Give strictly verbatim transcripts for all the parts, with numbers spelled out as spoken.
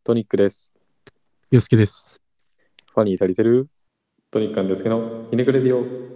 トニックです。 よすけです。 ファニー足りてる？トニックなんですけど、ひねくれディオ。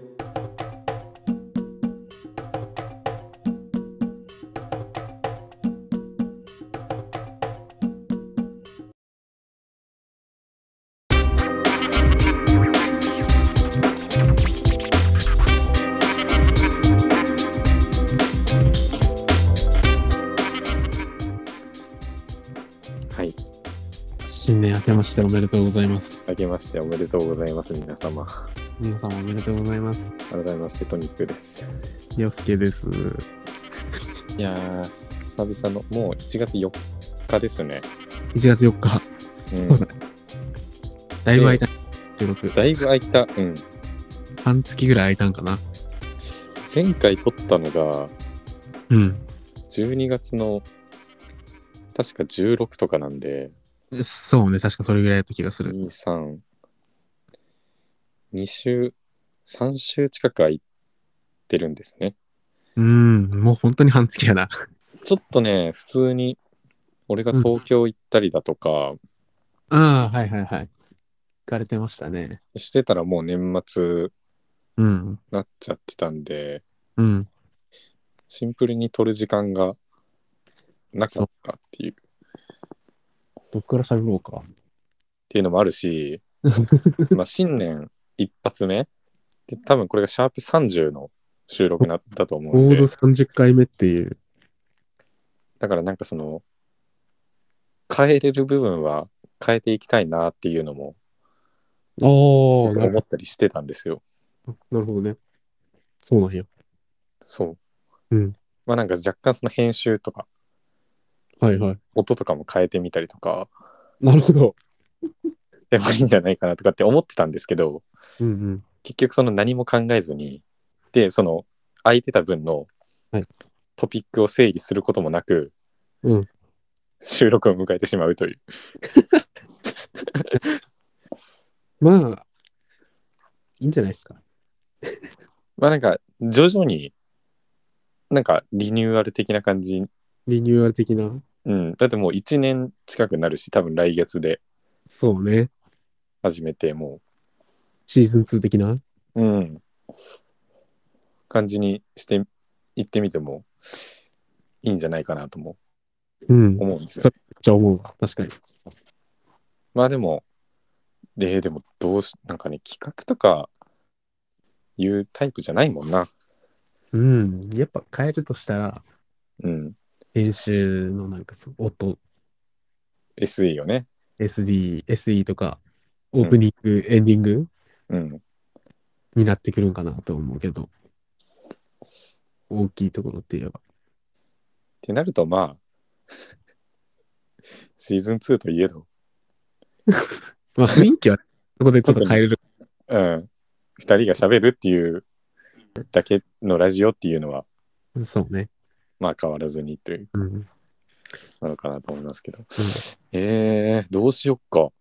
はい。 新年明けましておめでとうございます。 明けましておめでとうございます、皆様。 皆様おめでとうございます。 改めまして、トニックです。 よすけです。 いやー、久々の、もういちがつよっかですね。 いちがつよっか。 うん、 そうだ。だいぶ空いた。収録。 だいぶ空いた。うん。 半月ぐらい空いたんかな。 前回撮ったのが、 うん。 じゅうにがつの、確かじゅうろくとかなんで、 そうね、確かそれぐらいだった気がする。 に、さん、に週、さん週近く空いてるんですね。 うん、もう本当に半月やな。 ちょっとね、普通に、俺がうん。 東京行ったりだとか、 ああ、はいはいはい。行かれてましたね。 してたらもう年末うん。 なっちゃってたんで、 うん。 シンプルに撮る時間がなかそう。 ったっていう、っどっから喋ろうか。 ていうのもあるし、まあ新年一発目で多分これがシャープさんじゅうの収録になったと思ちょうどうんで、 さんじゅっかいめっていう。 だからなんかその変えれる部分は変えていきたいなっていうのもああ、 ちょっとなる思ったりしてたんですよ。 ほど。なるほどね。そうなんや。 そう。 うん。 まあなんか若干その編集とかはいはい。 音とかも変えてみたりとかなるほど。 でもいいんじゃないかなとかって思ってたんですけど、 うんうん。 結局その何も考えずに、で、その空いてた分のはい。 トピックを整理することもなく、 うん。 収録を迎えてしまうという。 まあ、いいんじゃないですか。 まあなんか、徐々になんかリニューアル的な感じ。 リニューアル的な。 うん。だってもういちねん近くなるし、多分来月でそうね。 始めて、もシーズンツー的な。 う、うん。感じにしていってみてもいいんじゃないかなともうん。 思うんですよね。 それめっちゃ思うわ。確かに。 まあでも、で、でもどうし、なんかね、企画とかいうタイプじゃないもんな。 うん。やっぱ変えるとしたら、 うん。 編集のなんかそう音、 エスイー よね。 エスディー、エスイー とか、オープうん。 ニング、エンディングうん。 になってくるんかなと思うけど、大きいところって言えば。 ってなると、まあ、シーズンツーといえど、 まあ雰囲気は、そこでちょっ特に、 と変えれる。 うん、ふたりが喋るっていうだけのラジオっていうのは、 そうね。 まあ変わらずにというか、 うん。 なのかなと思いますけど。 うん。 えー、どうしよっか。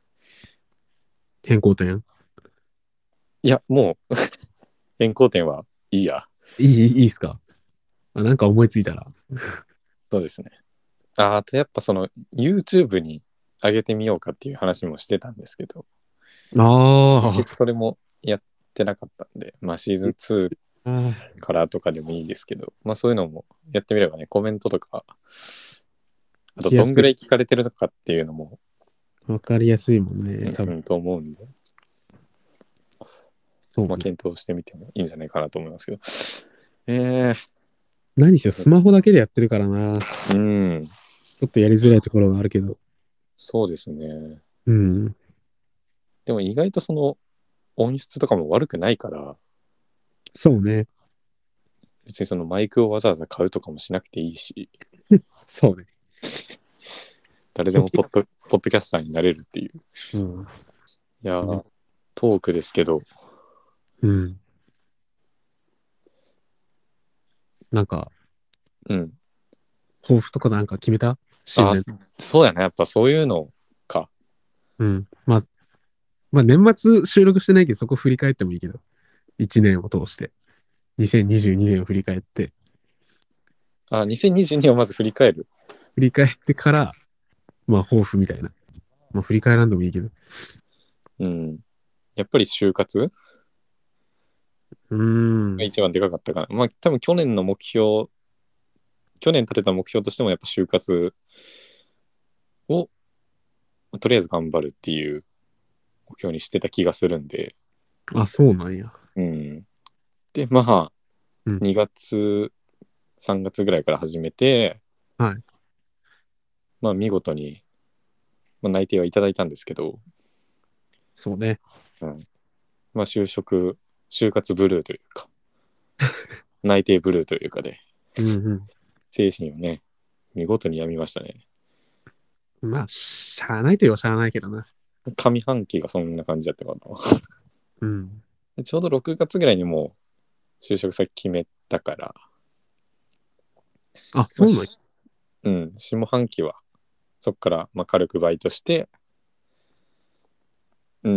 変更点。 いや、もう、変更点はいいや。 いい、いいっすか？あ、なんか思いついたら。 そうですね。ああとやっぱその、YouTube に上げてみようかっていう話もしてたんですけど、結局あそれもやってなかったんで、まあシーズンツあ。あーからとかでもいいですけど、まあそういうのもやってみればね、コメントとか、あとどんぐらしやすい。 い聞かれてるのかっていうのも、 わかりやすいもんね。多分。 うんうん、と思うんで、まあそうね。 検討してみてもいいんじゃないかなと思いますけど。え何せよ、スマホだけー、 でやってるからな。ちうん、 ょっとやりづらいところがあるけど。 そうですね。 うん。 でも意外とその音質とかも悪くないから、 そうね。 別にそのマイクをわざわざ買うとかもしなくていいし、 そうね。 誰で初期。 もポッド、ポッドキャスターになれるっていう。 うん。 いやー、トークですけど、 うん。なんか、 うん。 抱負とかなんか決めた？新あ、 年。 そうやね。やっぱそういうのか。 うん。まあ、まあ年末収録してないけど、そこ振り返ってもいいけど。いちねんを通して。にせんにじゅうにねんを振り返って。 あ、にせんにじゅうにをまず振り返る。 振り返ってから、まあ抱負みたいな。 まあ振り返らんでもいいけど。 うん。やっぱり就活うーん。 が一番でかかったかな。まあ多分去年の目標、去年立てた目標としてもやっぱ就活をとりあえず頑張るっていう目標にしてた気がするんで。 あ、そうなんや。 うん。で、まあ、 うん。 にがつ、さんがつぐらいから始めて、 はい。 まあ見事に、まあ、内定はいただいたんですけど、 そうね。 うん、まあ就職、就活ブルーというか、内定ブルーというかで、 うんうん。 精神をね、見事に病みましたね。 まあ、しゃあないといえばしゃあないけどな。 上半期がそんな感じだったかな。 うん。 ちょうどろくがつぐらいにもう就職先決めたから、 あ、 まあ、 そうなんや。 うん、下半期はそこからまあ軽くバイトして、うん、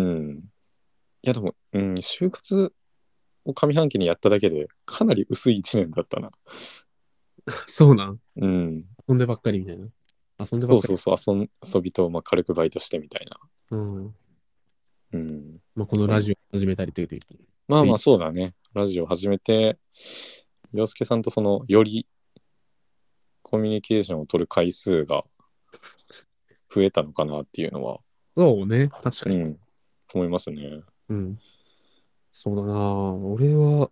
いやでも、うん、就活を上半期にやっただけでかなり薄いいちねんだったな。 そうなん。 うん。 遊んでばっかりみたいな。遊んでばっかり。 そうそうそう、遊ん遊びとまあ軽くバイトしてみたいな。 うん。 うん。 まあ、このそんラジオ始めたりという。 まあまあで、 そうだね。ラジオ始めて、洋介さんとそのよりコミュニケーションを取る回数が増えたのかなっていうのは、 そうね。確かに。 うん、思いますね。 うん。そうだな。俺は、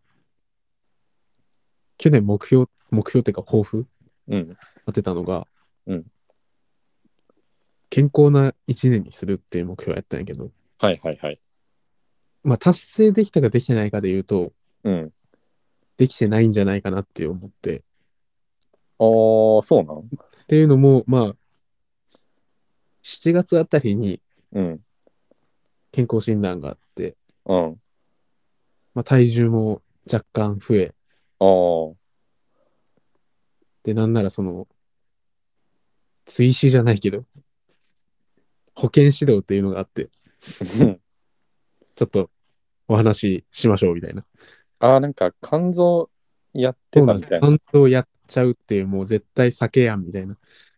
去年目標、目標っていうか抱負うん、 立てたのが、 うん。 健康な一年にするっていう目標やったんやけど、 はいはいはい。 まあ達成できたかできてないかで言うと、 うん。 できてないんじゃないかなって思って。 ああ、そうなん。 っていうのも、まあ、しちがつあたりにうん、 健康診断があって、 うん。 まあ、体重も若干増え、 ああ、 で、なんならその、追試じゃないけど、保健指導っていうのがあって、ちょっとお話ししましょうみたいな。 ああ、なんか肝臓やってそうなんです。 たみたいな。 担当やっちゃうっていう、もう絶対避けやんみたいな。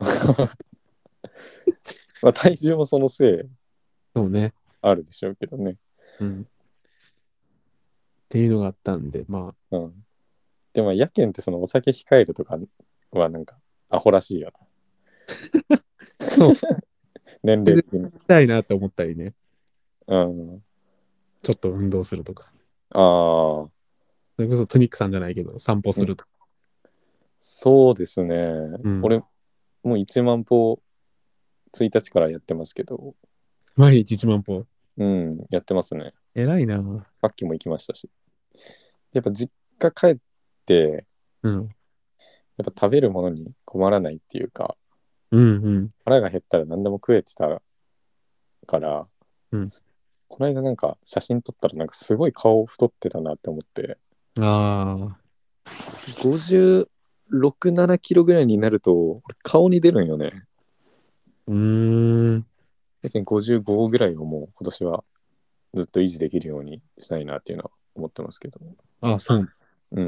まあ体重もそのせいそうね。 あるでしょうけどね。 うん。っていうのがあったんで、まうん。でも、やけんってそのお酒控えるとかはなんかアホらしいよあ、そう。 な。年齢全然的に。 したいなって思ったりね。 うん。 ちょっと運動するとか。 ああ、 それこそトニックさんじゃないけど、散歩うん。 するとか。 そうですね。 うん。 俺、もういちまん歩ついたちからやってますけど、 毎日いちまん歩。 うん、やってますね。 偉いな。 さっきも行きましたし。やっぱ実家帰って、 うん。 やっぱ食べるものに困らないっていうか、 うんうん。 腹が減ったら何でも食えてたから、 うん。 この間なんか写真撮ったらなんかすごい顔太ってたなって思って、 ああ。 ごじゅうろく、ななキロぐらいになると顔に出るんよね。 うーん。 だけどごじゅうごぐらいをもう今年はずっと維持できるようにしたいなっていうのは思ってますけど。 あ、そう。 うん。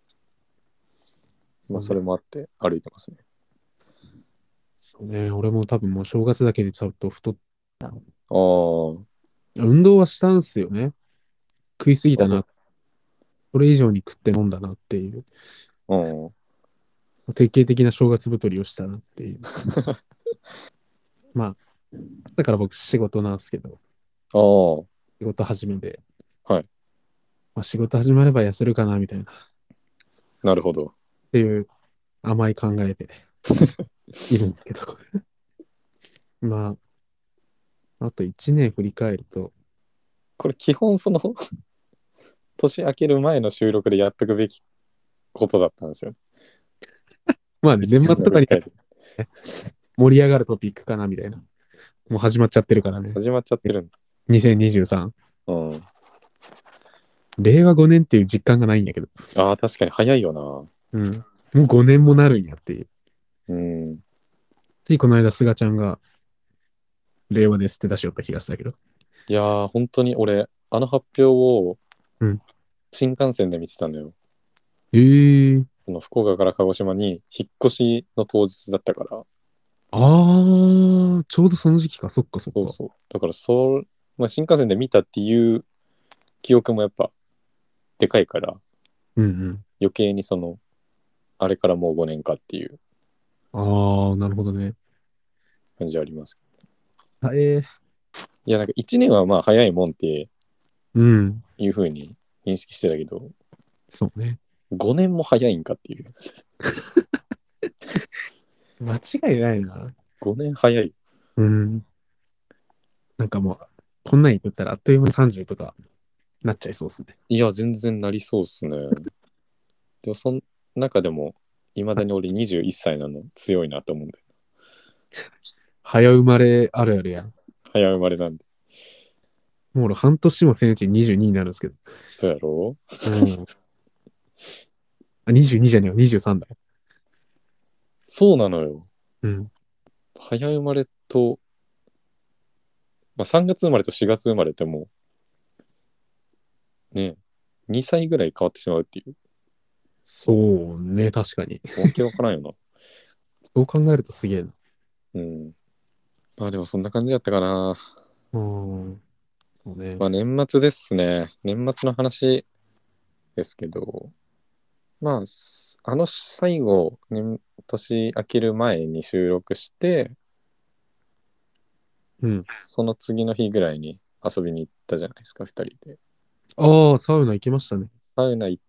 まあそうね。 それもあって歩いてますね。 そうね。俺も多分もう正月だけでちょっと太っ、 ああ、 運動はしたんすよね。食いすぎあ、そたな。それ以上に食って飲んだなっていう。 う。うん。 典型的な正月太りをしたなっていう。まあ、だから僕仕事なんですけど、 ああ、 仕事始めで、 はい。 まあ、仕事始まれば痩せるかなみたいな、っなるほど。 ていう甘い考えでいるんですけど。まあ、あといちねん振り返ると、 これ基本その年明ける前の収録でやっとくべきことだったんですよ。 まあね、年一年末とかに振り返る。 盛り上がるトピックかなみたいな。もう始まっちゃってるからね。 始まっちゃってるんだ。 にせんにじゅうさん。 うん。 れいわごねんっていう実感がないんやけど。 ああ、確かに早いよな。 うん。もうごねんもなるんやっていう。 うん。 ついこの間、すがちゃんが、令和ですって出しよった気がしたけど。 いやー、本当に俺、あの発表をうん。 新幹線で見てたのよ。 ええー。 その福岡から鹿児島に引っ越しの当日だったから。 あー、ちょうどその時期か。そっかそっか。 そうそう。だからそう、まあ、新幹線で見たっていう記憶もやっぱでかいから、 うんうん。 余計にその、あれからもうごねんかっていうあー、なるほどね。 感じはあります。 あえー、 いや、なんかいちねんはまあ早いもんってうん。 いう風に認識してたけど、 そうね。 ごねんも早いんかっていう。 間違いないな。 ごねん早い。 うん。なんかもう、こんなん言ったらあっという間にさんじゅうとかなっちゃいそうですね。 いや、全然なりそうっすね。でも、その中でも、いまだに俺にじゅういっさいなの強いなと思うんだよ。 早生まれあるあるやん。 早生まれなんで。 もう俺半年もせんうちににじゅうにになるんですけど。 そうやろ？ うん。あ、にじゅうにじゃねえよ。にじゅうさんだよ。 そうなのよ。 うん。 早生まれと、まあ、さんがつ生まれとしがつ生まれってもう、ね、にさいぐらい変わってしまうっていう。 そうね、確かに。 わけわからんよな。 そう考えるとすげえな。 うん。まあでもそんな感じだったかな。 うん。そうね。 まあ年末ですね。年末の話ですけど、まあ、すあの最後、年年明ける前に収録して、 うん。 その次の日ぐらいに遊びに行ったじゃないですか、ふたりで。 ああ、サウナ行きましたね。 サウナ行って、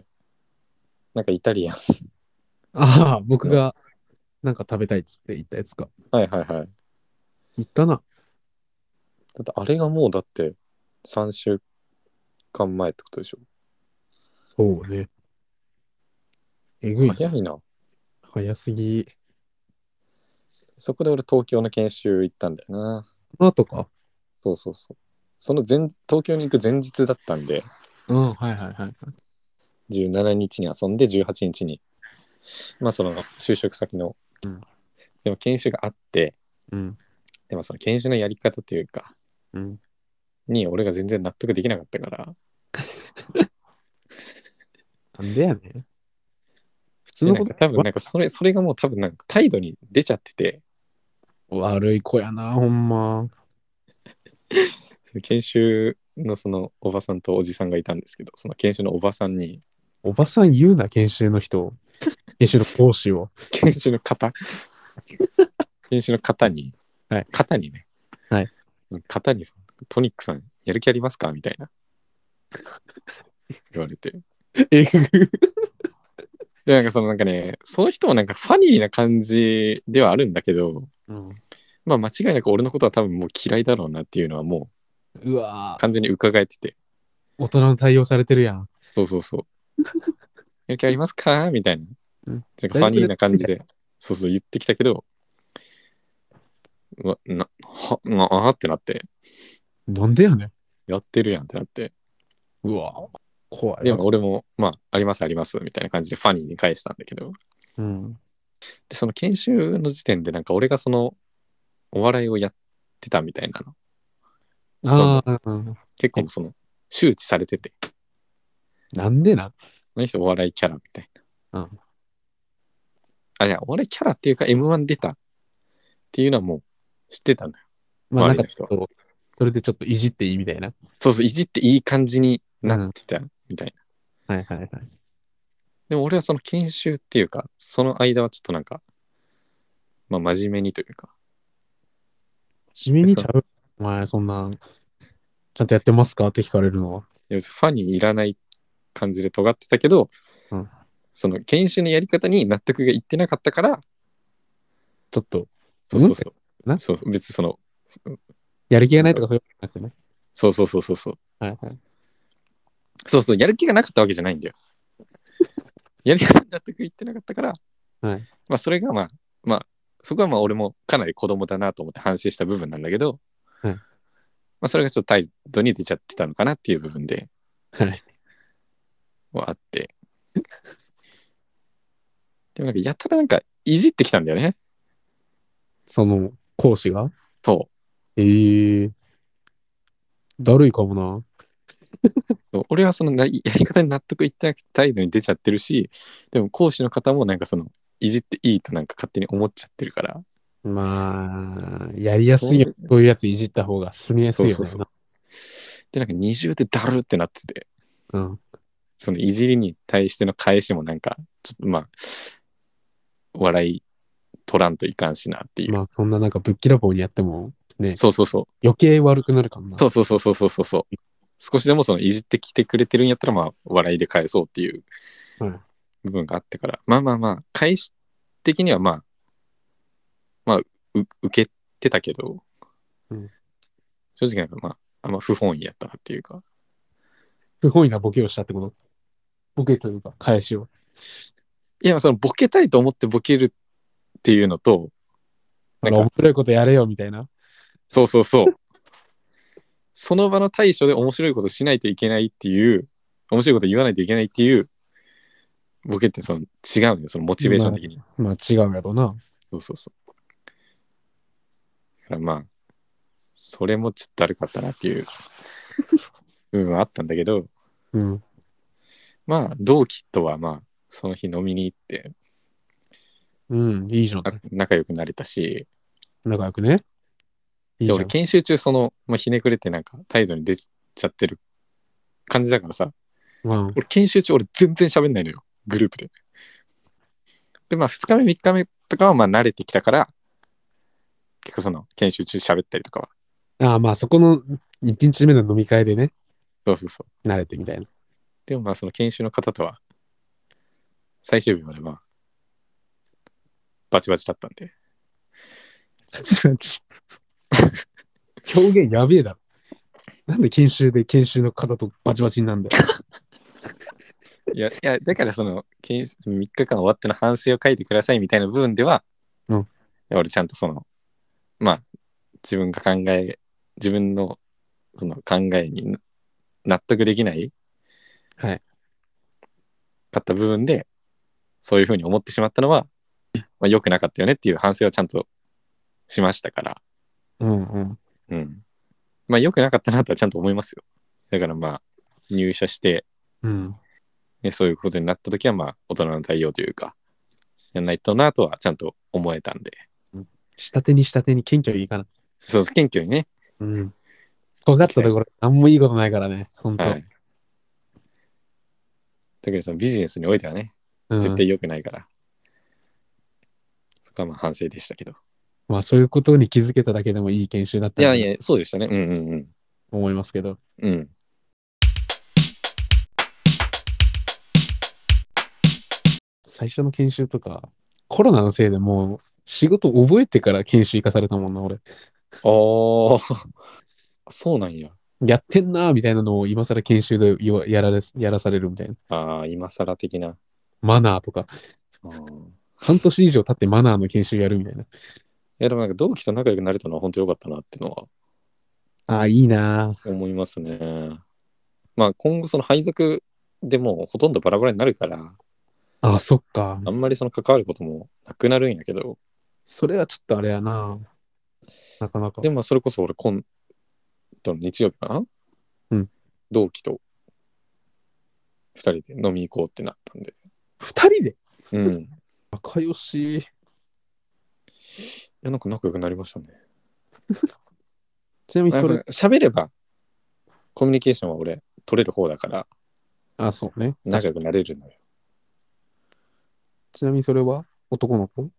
なんかイタリアンああ、僕の、 がなんか食べたいっつって言ったやつか。 はいはいはい。 行ったな。 だってあれがもうだってさんしゅうかんまえってことでしょ。 そうね。えぐいな。 早いな。 早すぎ。 そこで俺東京の研修行ったんだよな。 この後か。 そうそうそう。その前、東京に行く前日だったんで、 うん、はいはいはいはい。 じゅうしちにちにちに遊んでじゅうはちにちにちに、まあその就職先の、 うん。 でも研修があって、 うん。 でもその研修のやり方というか、 うん。 に俺が全然納得できなかったから、 なんでやねん。普通で、 のことなんか多分なんかそれ、それがもう多分なんか態度に出ちゃってて、 悪い子やな、ほんま。 研修のそのおばさんとおじさんがいたんですけど、その研修のおばさんに、 おばさん言うな、研修の人。研修の講師を。 研修の方、研修の方に、 はい。 方にね、 はい。 方にそのトニックさんやる気ありますかみたいな言われて。 えぐ。 で、なんかそのなんかね、その人もなんかファニーな感じではあるんだけど、 うん。 まあ間違いなく俺のことは多分もう嫌いだろうなっていうのはもううわ完全に伺えてて、 大人の対応されてるやん。 そうそうそう。やる気ありますかみたいな。 うん。 なんかファニー大丈夫です。みたいな感じで、そうそう言ってきたけど、うわ、な、は、なあーってなって、 な。なんでやねん。 やってるやんってなって、 うわ怖いでな。 も俺も、まあ、ありますありますみたいな感じでファニーに返したんだけど、 うん。 で、その研修の時点でなんか俺がそのお笑いをやってたみたいなのがもうああ、うん。え、 結構もうその周知されてて、 なんでな。 この人お笑いキャラみたいうん。 な。あ、いや、お笑いキャラっていうか エムワン 出たっていうのはもう知ってたんだよ、 まあなんか周りの人は。 ちょっと、それでちょっといじっていいみたいな。 そうそう、いじっていい感じになっうん。 てたみたいな。 はいはいはい。 でも俺はその研修っていうか、その間はちょっとなんか、まあ真面目にというか、 地味でそのにちゃう。お前、そんな、ちゃんとやってますかって聞かれるのは。 要するにファンにいらない感じで尖ってたけど、 うん。 その研修のやり方に納得がいってなかったから、 ちょっと、うんってそうそうそう。 な。 そう、別にその、 やる気がなんだろう。 ないとかそういうことじゃなくてね。 そうそうそうそうそう。 はいはい。 そうそう、やる気がなかったわけじゃないんだよ。やり方に納得いってなかったから、 はい。 まあそれがまあ、まあ、そこはまあ俺もかなり子供だなと思って反省した部分なんだけど、 はい。 まあそれがちょっと態度に出ちゃってたのかなっていう部分ではい。 はあって。でもなんかやたらなんかいじってきたんだよね。 その、講師が。 そう。 ええー、だるいかもな。 そう俺はそのなやり方に納得いってなくて態度に出ちゃってるし、でも講師の方もなんかそのいじっていいとなんか勝手に思っちゃってるから、 まあ、やりやすいよ。 それそういうやついじった方が進みやすいよね。 そうそうそう。で、なんか二重でだるってなってて、 うん。 そのいじりに対しての返しもなんか、ちょっとまあ、笑い取らんといかんしなっていう。 まあ、そんななんかぶっきらぼうにやっても、ね、 そうそうそう。 余計悪くなるかもな。 そうそうそうそうそうそう。少しでもそのいじってきてくれてるんやったら、まあ、笑いで返そうっていうはい。 部分があってから、まあまあまあ、返し的にはまあ、まあ、う受けてたけど、 うん。 正直なんかまあ、あんま不本意やったなっていうか。 不本意なボケをしたってこと？ボケというか、返しを。 いや、そのボケたいと思ってボケるっていうのと、 あら、 なんか、 面白いことやれよ、みたいな。 そうそうそう、その場の対処で面白いことしないといけないっていう、面白いこと言わないといけないっていうボケってその違うのよ、そのモチベーシまあ、 ョン的に。 まあ違うやろうな。 そうそうそう。だからまあ、それもちょっとだるかったなっていう部分はあったんだけど、 うん。 まあ、同期とはまあ、その日飲みに行って、 うん、いいじゃんあね。 仲良くなれたし、 仲良くね。いいで、俺じゃん。 研修中その、まあ、ひねくれてなんか態度に出ちゃってる感じだからさ、 うん。 俺研修中俺全然喋んないのよ、グループで。で、まあふつかめみっかめとかはまあ慣れてきたから、結構その研修中喋ったりとかは。 ああ、まあそこのいちにちめの飲み会でね、 そうそうそう。 慣れてみたいな。 でもまあその研修の方とは最終日までまあバチバチだったんで。 表現やべえだろ。なんで研修で研修の方とバチバチになんだよ。 いや、いや、だからその研修みっかかん終わっての反省を書いてくださいみたいな部分では、 うん。 いや俺ちゃんとその、まあ自分が考え、自分のその考えに納得できないはい。 かった部分で、そういうふうに思ってしまったのは、まあ、良くなかったよねっていう反省はちゃんとしましたから、 うんうん。 うん。まあ良くなかったなとはちゃんと思いますよ。だからまあ入社して、 うん。 ね、そういうことになった時はまあ大人の対応というか、やんないとなとはちゃんと思えたんで。 下手に下手に謙虚にいいかな。 そうです、謙虚にね、 うん。尖いきたい。 ったところ、なんもいいことないからね。ほんと。 はい。特にそのビジネスにおいてはね、 うん。 絶対良くないから、そこはまあ反省でしたけど。 まあそういうことに気づけただけでもいい研修だったんかなといやいや、そうでしたね。うんうんうん。 思いますけど。 うん。 最初の研修とか、コロナのせいでもう仕事覚えてから研修行かされたもんな、俺。 ああ、そうなんや。 やってんなーみたいなのを今更研修で言わやられやらされるみたいな。 ああ、今更的な。 マナーとか。 あー半年以上経ってマナーの研修やるみたいな。 いや、でもなんか同期と仲良くなれたのは本当良かったなっていうのはああ、いいなー。 思いますね。まあ今後その配属でもうほとんどバラバラになるから、 ああ、そっか。 あんまりその関わることもなくなるんやけど、 それはちょっとあれやな。なかなか。 でもまあそれこそ俺今度の日曜日かな、 うん。 同期とふたりで飲み行こうってなったんで。 二人でうん。い仲良し。 や、なんか仲良くなりましたね。 ちなみにそれ、 なんか喋ればコミュニケーションは俺取れる方だからあ、そうね。確かに。 仲良くなれるのよ。 ちなみにそれは男の子？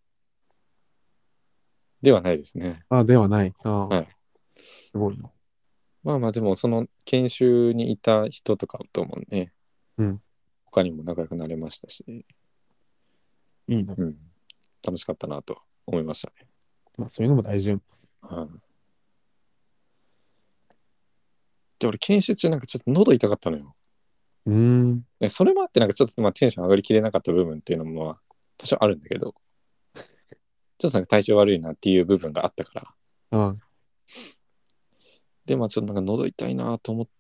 ではないですね。 あ、ではない。ああ、 はい。 すごいな。 まあまあでもその研修にいた人とかともね、 うん。 他にも仲良くなれましたし、 いいな。 うん、楽しかったなと思いましたね。 まあそういうのも大事よ。 はい。で、俺研修中なんかちょっと喉痛かったのよ。 うーん。 でそれもあってなんかちょっとまあテンション上がりきれなかった部分っていうのもまあ多少あるんだけど、ちょっとなんか体調悪いなっていう部分があったから。 ああ、 で、まあちょっとなんか喉痛いなと思って、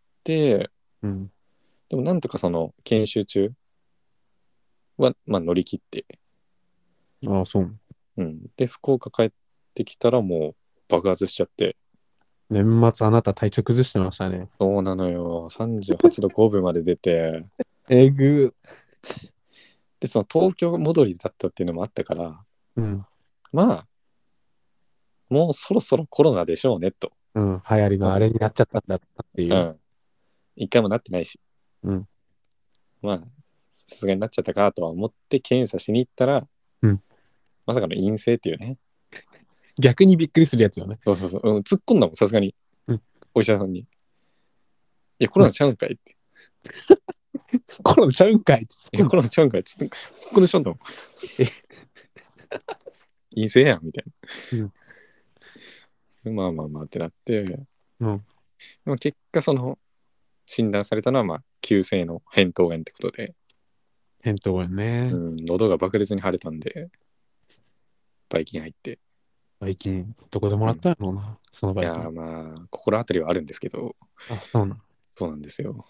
うん。 でもなんとかその研修中はまあ乗り切って、 ああ、そう。 うん。で、福岡帰ってきたらもう爆発しちゃって、 年末あなた体調崩してましたね。 そうなのよ。さんじゅうはちどごぶまで出て、 えぐで、その東京戻りだったっていうのもあったから、 ー。うん。 まあ、 もうそろそろコロナでしょうねと。 うん、流行りのあれになっちゃったんだっていう。 うん。一回もなってないし。 うん。 まあ、さすがになっちゃったかとは思って検査しに行ったら、 うん、 まさかの陰性っていうね。 逆にびっくりするやつよね。 そうそうそう。うん、突っ込んだもん、さすがに。 うん、 お医者さんに。いや、コロナちゃうんかいって。 コロナちゃうんかいって突っいや、 込んだ。 コロナちゃうんかいって突っ込んでしまったもん。陰性やん、みたいな。うん、まあまあまあってなって、でうん。 も結果、その、診断されたのは、まあ、急性の扁桃炎ってことで、 返答がね。 うん、喉が爆裂に腫れたんで、ばい菌入って。 最近、どこでもうん、 らったんやろうな、そのいやー、 バイキン。 まあ、心当たりはあるんですけど、 あ、そうなん。 そうなんですよ。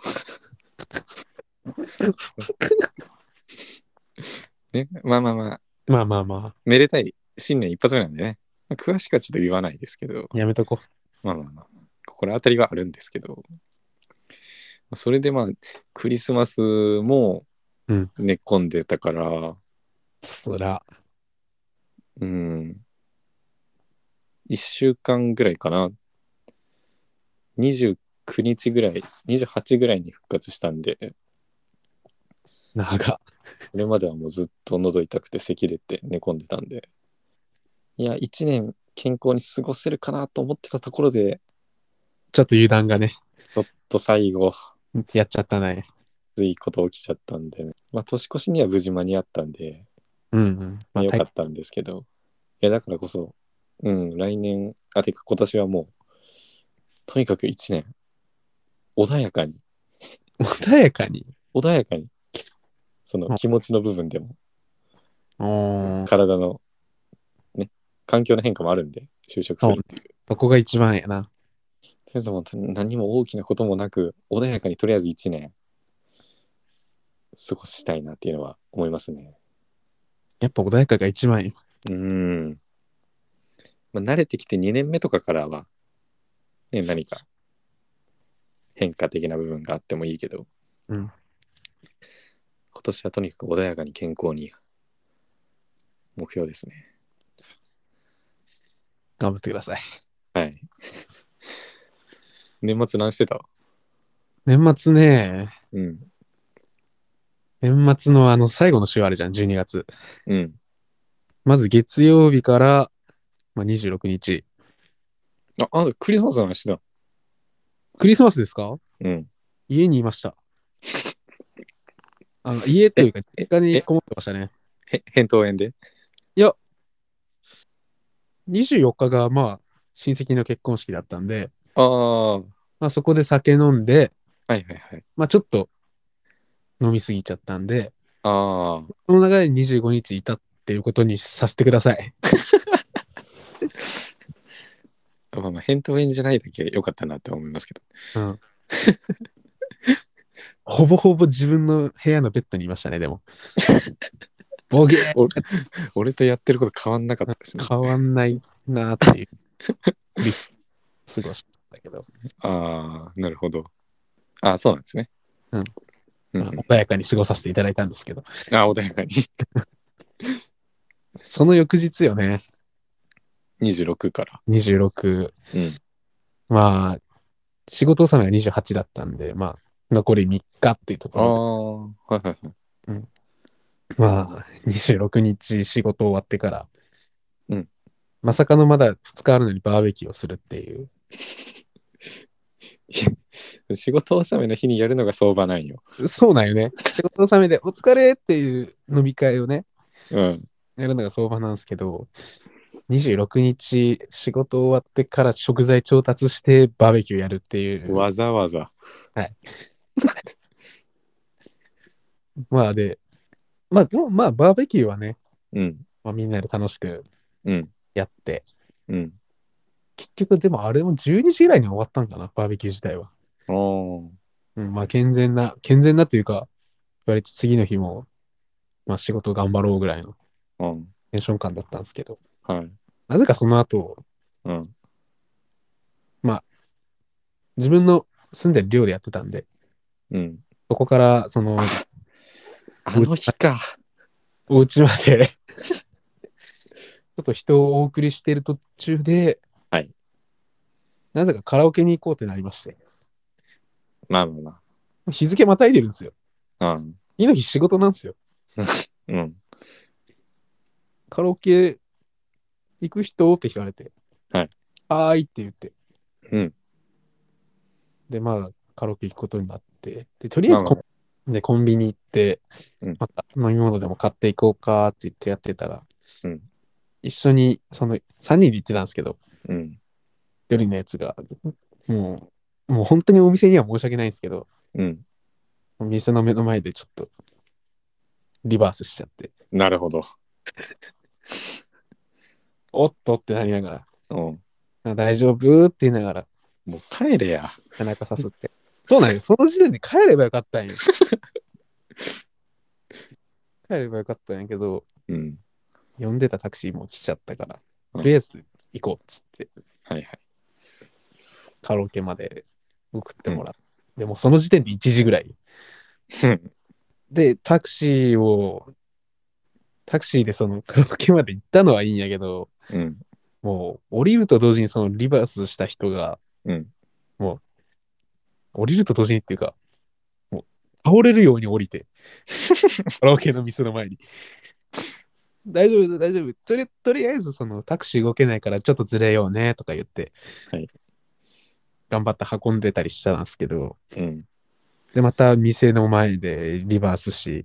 ね、まあまあまあ、 まあまあまめでたい新年一発目なんでね、まあ、詳しくはちょっと言わないですけど、 あ、やめとこまあまあまあ、心当たりはあるんですけど、それでまあ、クリスマスもう。うん。 寝込んでたから、 そら。 うん、いっしゅうかんぐらいかな、にじゅうくにちぐらい、にじゅうはちぐらいに復活したんで、 長。 これまではもうずっと喉痛くて咳出て寝込んでたんで、いや、いちねん健康に過ごせるかなと思ってたところで、 ちょっと油断がね、 ちょっと最後、 やっちゃったね。 ついこと起きちゃったんで、ね、まあ年越しには無事間に合ったんで、 うんうん。まあ、 よか大ったんですけど、いや、だからこそ、うん、来年、あ、てか今年はもう、とにかくいちねん、穏やかに、 穏やかに。 穏やかに、その気持ちの部分でも、 おー、 体のね、環境の変化もあるんで、就職すそう。 るっていう。 そこが一番やな。 とりあえずもう何も大きなこともなく、穏やかにとりあえずいちねん過ごしたいなっていうのは思いますね。 やっぱ穏やかが一番よ。 うん。まあ、慣れてきてにねんめとかからは、ね、何か変化的な部分があってもいいけど、 うん。 今年はとにかく穏やかに健康に目標ですね。 頑張ってください。 はい。年末何してた？ 年末ね、 うん。 年末のあの最後の週あるじゃん、じゅうにがつ。 うん。 まず月曜日から、まあ、にじゅうろくにち。 あ、あ、クリスマスの話してた。 クリスマスですか？ うん。 家にいました。あの家とえ、 いうか、 え、 実家にえ、 こもってましたね。 へ、扁桃炎で？ いや、にじゅうよっかがまあ、親戚の結婚式だったんで、 ああ、はまあそこで酒飲んで、 いはいはい。 まあちょっと飲みすぎちゃったんで、 ああ、 この流れでにじゅうごにちいたっていうことにさせてください。 まあまあ、扁桃炎じゃないだけ良かったなって思いますけど。 うん。ほぼほぼ自分の部屋のベッドにいましたね、でも。ボゲーお俺とやってること変わんなかったですね。 変わんないなっていうクリス過ごしたけど、 ああ、なるほど。ああ、そうなんですね。 うん。 うんうん、 まあ穏やかに過ごさせていただいたんですけど、 ああ、穏やかに。 その翌日よね、 にじゅうろくから。 にじゅうろく、 うん。 まあ、仕事納めがにじゅうはちだったんで、まあ、残りみっかっていうとこあろで、 あ、はいはいはい。 うん、まあ、にじゅうろくにち仕事終わってから、 うん。 まさかのまだふつかあるのにバーベキューをするっていう。 仕事納めの日にやるのが相場なんよ。 そうなんよね。仕事納めでお疲れっていう飲み会をね、 うん。 やるのが相場なんですけど、にじゅうろくにち仕事終わってから食材調達してバーベキューやるっていう。 わざわざ。 はい。まあで、まあでもまあバーベキューはね、 うん。 まあ、みんなで楽しくうん。 やって、 うん。 結局でもあれもじゅうにじぐらいに終わったんかな、バーベキュー自体は。 ああ。 うん、まあ健全な、健全なというか、割と次の日も、まあ仕事頑張ろうぐらいのうん。 テンション感だったんですけど、 はい。 なぜかその後、 うん。 まあ自分の住んでる寮でやってたんで、 うん。 そこからその、 あの日か。 お家までちょっと人をお送りしている途中で、 はい。 なぜかカラオケに行こうってなりまして、 まあまあま日付またいでるんですよ。 あ。うん。 次の日仕事なんですよ。 うん。 カラオケ行く人って聞かれて、 はい。 はーいって言って、 うん。 で、まあ、カラオケ行くことになって、で、とりあえずコまあまあ。 ン、でコンビニ行って、 うん。 また飲み物でも買っていこうかって言ってやってたら、 うん。 一緒に、その、さんにんで行ってたんですけど、 うん。 一人のやつが、もう、もう本当にお店には申し訳ないんですけど、 うん。 店の目の前でちょっとリバースしちゃって、 なるほど。 おっとってなりながうん。 ら、大丈夫って言いながらもう帰れや。 背中さすって。そうなんよ。その時点で帰ればよかったんよ。帰ればよかったんやけど、 うん。 呼んでたタクシーも来ちゃったから、 うん。 とりあえず行こうっつって、 はいはい。 カラオケまで送ってうん。 もらって。でもその時点でいちじぐらい。で、タクシーを、タクシーでそのカラオケまで行ったのはいいんやけど、 うん。 もう降りると同時にそのリバースした人が、 うん。 もう降りると同時にっていうか、もう倒れるように降りて、カラオケの店の前に。大丈夫、大丈夫。とりとりあえずそのタクシー動けないからちょっとずれようねとか言って、 はい。 頑張って運んでたりしたんですけど、 うん。 で、また店の前でリバースし、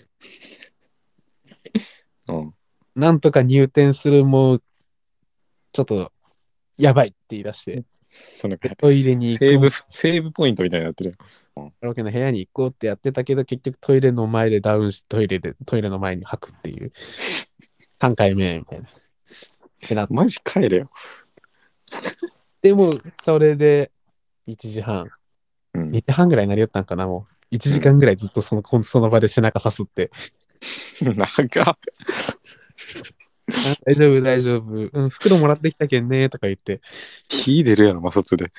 うん。 なんとか入店するも、ちょっとやばいって言い出して、 そのでトイレに行く、 セーブ、セーブポイントみたいになってるよ。 カラオケの部屋に行こうってやってたけど、結局トイレの前でダウンして、トイレで、トイレの前に吐くっていう、さんかいめみたいな。ってなって。 マジ帰れよ。 でも、それでいちじはん、 うん。 にじはんぐらいになりよったんかな、もう。1 うん。 時間ぐらいずっとその、その場で背中さすって、 長っ。 あ大丈夫、大丈夫、うん、袋もらってきたけんね、とか言って、 火出るやろ、摩擦で。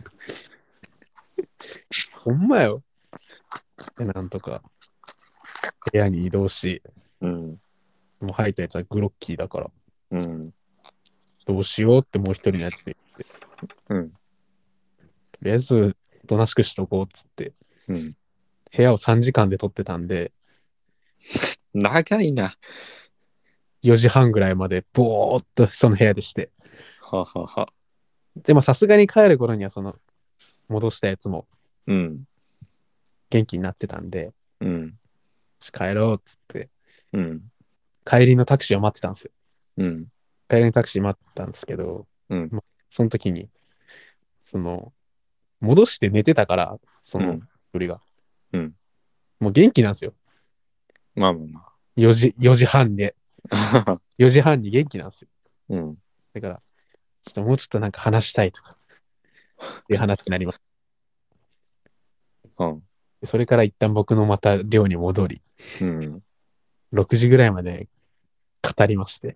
ほんまよ。で、なんとか部屋に移動し、 うん。 もう吐いたやつはグロッキーだから、 うん。 どうしようってもう一人のやつで言って、 うん。 とりあえず、おとなしくしとこうっつって、 うん。 部屋をさんじかんで撮ってたんで、 長いな。 よじはんぐらいまでぼーっとその部屋でして。 ははは。 でもさすがに帰る頃にはその戻したやつもうん。 元気になってたんで、 うん。 帰ろうっつって、 うん。 帰りのタクシーを待ってたんですよ。 うん。 帰りのタクシー待ってたんですけど、 うん。 まその時に、その、戻して寝てたから、その、 うん。 一人が。 うん。 もう元気なんですよ。 まあまあまよじ、よじはんで。 あ。 よじはんに元気なんですよ。 うん。 だから、ちょっともうちょっとなんか話したいとかっていう話になります。 うん。 それから一旦僕のまた寮に戻り、 うん。 ろくじぐらいまで語りまして。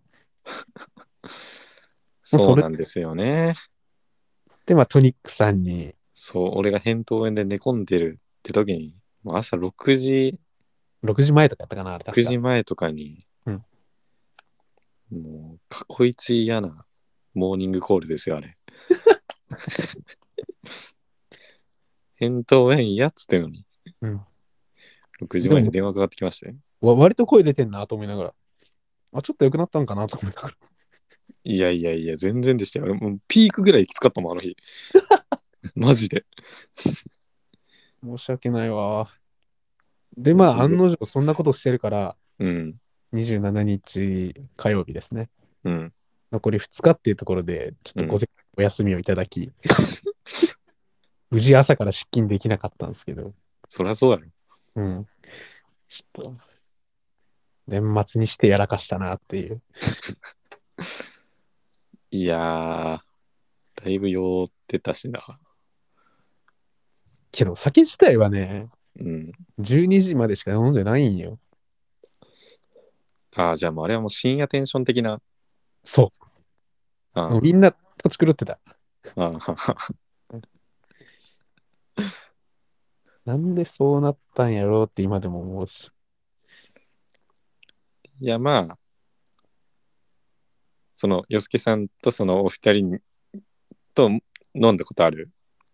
もうそれそうなんですよね。 で、まあトニックさんに、 そう、俺が扁桃炎で寝込んでるって時に、もう朝ろくじ、 ろくじまえとかやったかな、あれ確 9 か。 時前とかに、 うん。 もう過去一嫌なモーニングコールですよ、あれ。扁桃炎嫌っつってんのに、 うん。 ろくじまえにでも、 電話かかってきましたよ。 わ割と声出てんなと思いながら、あ、ちょっと良くなったんかなと思いながら。 いやいやいや、全然でしたよ。俺もうピークぐらいきつかったもん、あの日。マジで。 申し訳ないわ。で、まあ、 マジで。 案の定、そんなことしてるから、 うん。 にじゅうしちにち火曜日ですね。 うん。 残りふつかっていうところで、ちょっうん。 と午前お休みをいただき、無事朝から出勤できなかったんですけど、 そりゃそうやろ。 うん。ちょっと、年末にしてやらかしたなっていう。 いやー、だいぶ酔ってたしな。 けど、酒自体はね、 うん。 じゅうにじまでしか飲んでないんよ。 ああ、じゃあもうあれはもう深夜テンション的な。 そう。もうみあんな土地狂ってた。 あ、ああ、 なんでそうなったんやろうって今でも思うし。 いやまあ、 その、よすけさんとそのお二人と飲んだことある、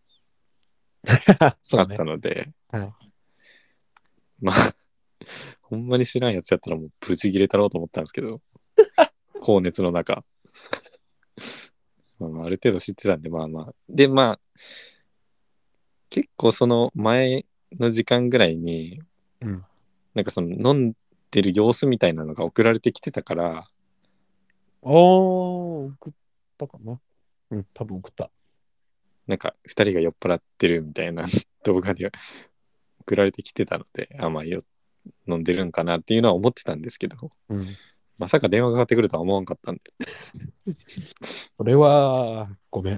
そうね。 あったので、 はい。 まあ、ほんまに知らんやつやったらもうブチ切れたろうと思ったんですけど、高熱の中。まあ、まあある程度知ってたんで、まあまあ。で、まあ、結構その前の時間ぐらいに、 うん。 なんかその飲んでる様子みたいなのが送られてきてたから、 おー、送ったかな。うん、多分送った。 なんか二人が酔っ払ってるみたいな動画で送られてきてたので、あ、まあよ飲んでるんかなっていうのは思ってたんですけど、 うん。 まさか電話がかかってくるとは思わんかったんで。 それは、ごめん。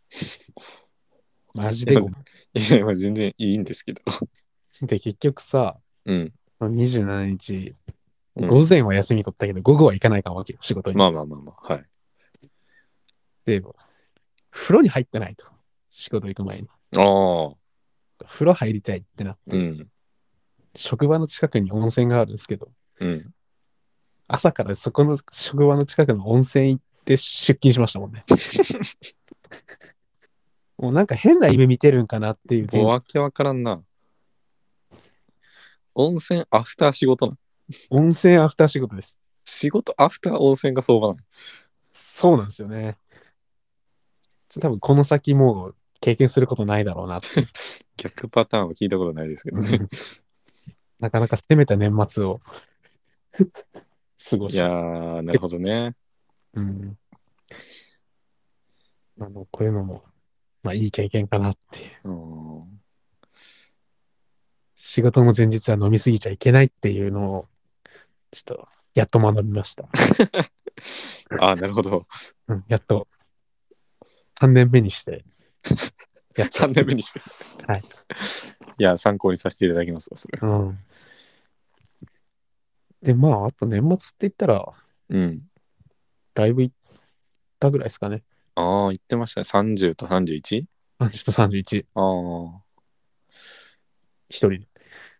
マジでごめいや、まあ全然いいんですけど。 ん。で、結局さ、 うん。 にじゅうしちにち、 うん。 午前は休み取ったけど、午後は行かないかんわけよ、仕事に。 まあまあまあまあ。はい。 で、風呂に入ってないと。仕事行く前に。 ああ。 風呂入りたいってなって、 うん。 職場の近くに温泉があるんですけど、 うん。 朝からそこの職場の近くの温泉行って出勤しましたもんね。もうなんか変な夢見てるんかなっていう点、 もうわけわからんな。温泉アフター仕事なの？ 温泉アフター仕事です。 仕事アフター温泉が相場なの？ そうなんですよね。多分この先もう経験することないだろうなっていう。 逆パターンは聞いたことないですけどね。 なかなか攻めた年末を過ごいやし、 ー、なるほどね。 うん。あの、こういうのも、まあいい経験かなっていう。 うん。 仕事の前日は飲みすぎちゃいけないっていうのを、ちょっと、やっと学びました。 ああ、なるほど。 うん、やっと、さんねんめにして、やっと。 さんねんめにして。 はい。 いや、参考にさせていただきますわ、それ。 うん。で、まあ、あと年末って言ったら、 うん。 ライブ行ったぐらいですかね。 ああ、言ってましたね。さんじゅうと さんじゅういち？ あ、ちょっとさんじゅういち、 ああ。 一人で。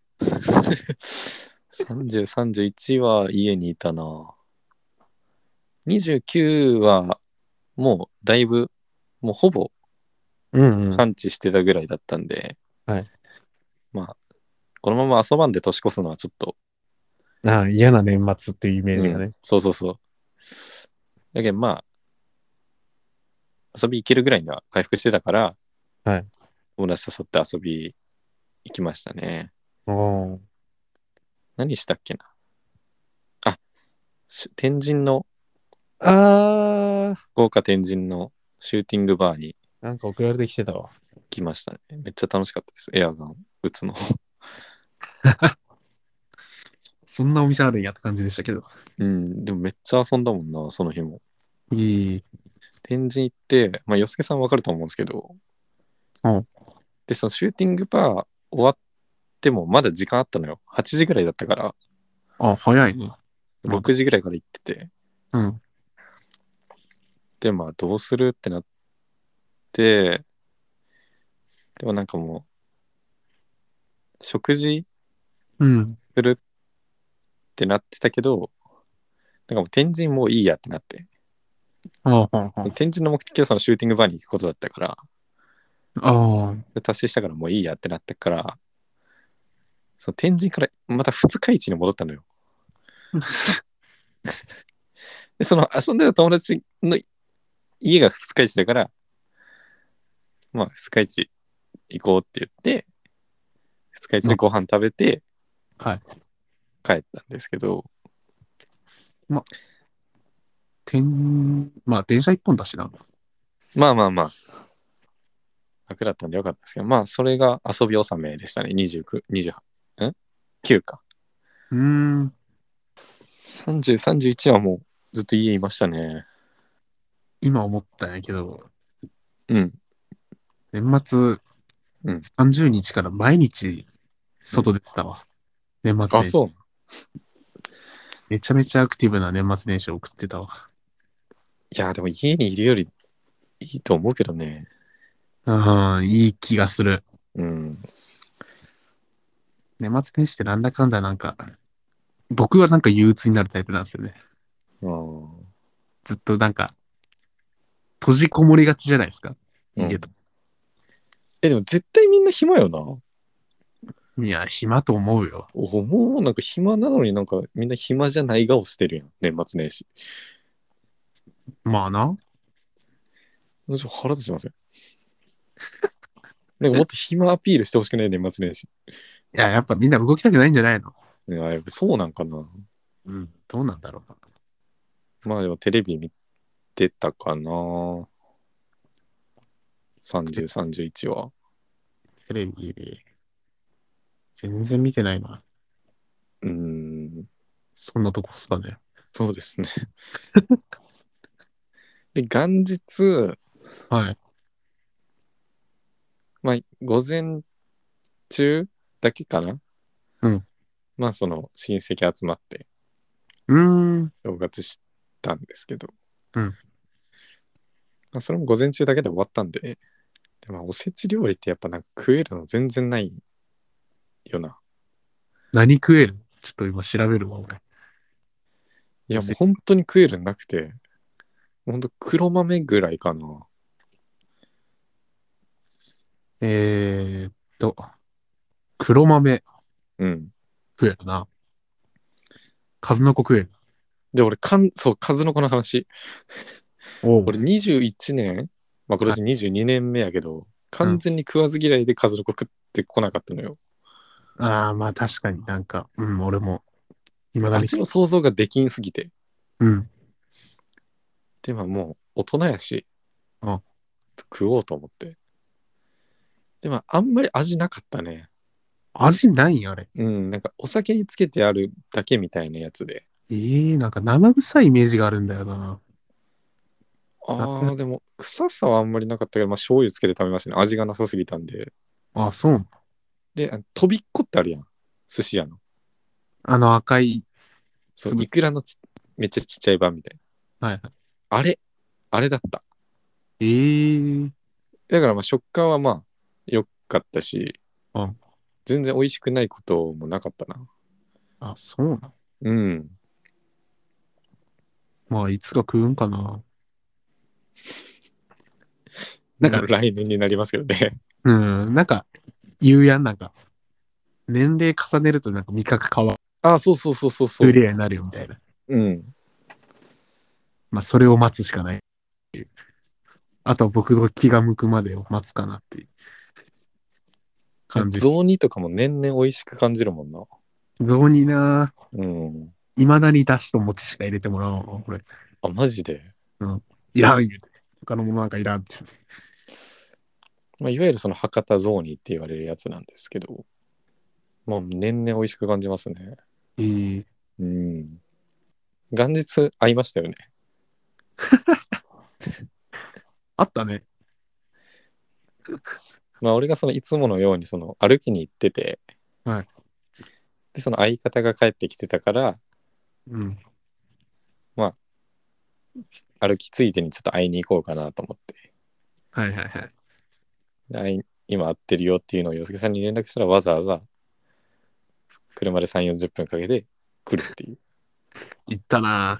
さんじゅう、さんじゅういちは家にいたな。にじゅうきゅうはもうだいぶ、もうほぼうんうん。 完治してたぐらいだったんで、 はい。 まあ、このまま遊ばんで年越すのはちょっと、 ああ、嫌な年末っていうイメーうん、 ジがね。 そうそうそう。だけどまあ、遊び行けるぐらいには回復してたから、 はい。 友達誘って遊び行きましたね。 おー。 何したっけな。あ、し天神の、 あー、 豪華天神のシューティングバーになんか送られてきてたわ。 来ましたね。めっちゃ楽しかったです。エアガン打つの。 そんなお店あるんやって感じでしたけど。 うん、でもめっちゃ遊んだもんな、その日も。 いい。 天神行って、まあ、よすけさんわかると思うんですけど、 うん。 で、そのシューティングバー終わってもまだ時間あったのよ。はちじぐらいだったから、 あ、早いね。まだ。 ろくじぐらいから行ってて、 うん。 で、まあどうするってなって、でもなんかもう、食事うん。 するってなってたけど、なんかもう天神もういいやってなって、 ああ、ああ、 天神の目的はそのシューティングバーに行くことだったから、 ああ。 で達成したからもういいやってなってから、その天神からまた二日市に戻ったのよ。で、その遊んでた友達の家が二日市だから、まあ二日市行こうって言って、二日市でご飯食べてはい。 帰ったんですけど、 ま、天、まあ、電車一本だしな。 まあまあまあ、楽だったんでよかったですけど、まあそれが遊び納めでしたね。にじゅうきゅう、にじゅうはち、ん ?きゅう か。 うーん。 さんじゅう、さんじゅういちはもうずっと家いましたね。 今思ったんやけど、 うん。 年末うん。 さんじゅうにちから毎日うん。 外出てたわ。年末あ、 年始。 そう。 めちゃめちゃアクティブな年末年始を送ってたわ。 いや、でも家にいるよりいいと思うけどね。 うん、いい気がする。 うん。 年末年始ってなんだかんだなんか、僕はなんか憂鬱になるタイプなんですよね。 ああ。 ずっとなんか、閉じこもりがちじゃないですか。家と。 うん、え、でも絶対みんな暇よな。 いや、暇と思うよ。 おもうなんか暇なのになんかみんな暇じゃない顔してるやん。年末年始。 まあな。 私腹立ちません。なんかもっと暇アピールしてほしくない年末年始。 いや、やっぱみんな動きたくないんじゃないの？ いや、やっぱそうなんかな。 うん。どうなんだろうな。 まあでもテレビ見てたかな。さんじゅう、さんじゅういちは。 テレビ、全然見てないな。 うーん、 そんなとこっすかね。 そうですね。で、元日、 はい。 まあ、午前中だけかな。 うん。 まあ、その親戚集まってうーん。 正月したんですけど、 うん。 まあ、それも午前中だけで終わったんで、でまあ、おせち料理ってやっぱなんか食えるの全然ないよな。 何食える？ちょっと今調べるわ、俺。 いや、もう本当に食えるなくて、本当黒豆ぐらいかな。 えーっと、黒豆うん。 食えるな。数の子食える。 で、俺、かん、そう、数の子の話。 おう。 俺にじゅういちねん、まあ今はい。 年にじゅうにねんめやけど、 うん。 完全に食わず嫌いで数の子食ってこなかったのよ。 ああ、まあ確かになんか、うん、俺も、未だに食味の想像ができんすぎて。 う。うん。 で、まあもう大人やし、 あ、 食おうと思って。で、まああんまり味なかったね。 味ないんや、あれ。 うん、なんかお酒につけてあるだけみたいなやつで。 ええー、なんか生臭いイメージがあるんだよな。なあー、でも臭さはあんまりなかったけど、まあ醤油つけて食べましたね。味がなさすぎたんで。 あ、そう。 で、あ飛びっこってあるやん。寿司屋の。 あの赤いそう、 粒。 イクラのちめっちゃちっちゃい版みたいはいはい。 な。あれ、あれだった。 ええー。 だからまあ食感はまあ良かったし、 あ、 全然美味しくないこともなかったな。 あ、そうな。 うん。 まあ、いつか食うんかな。なんか、 来年になりますけどね。 うん、なんか、言うやん、なんか、年齢重ねるとなんか味覚変わあ、そうそうそうそうそるレアになるよみたいな。 う。うん。 まあ、それを待つしかないっていう。あとは僕の気が向くまでを待つかなっていう感じ。 雑煮とかも年々美味しく感じるもんな。 雑煮な、 うん。 いまだにだしと餅しか入れてもらおうわ、これ。 あ、マジで。 うん。いらん言うて。他のものなんかいらんって言って。 まあ、いわゆるその博多雑煮って言われるやつなんですけど、まあ、年々美味しく感じますね。 えー、 うん。元日会いましたよね。 あったね。 まあ、俺がそのいつものようにその歩きに行ってて、 はい。 で、その相方が帰ってきてたから、 うん。 まあ、歩きついでにちょっと会いに行こうかなと思って。 はいはいはい。 で会い今会ってるよっていうのを洋介さんに連絡したらわざわざ車でさん、よんじゅっぷんかけて来るっていう。 行ったな。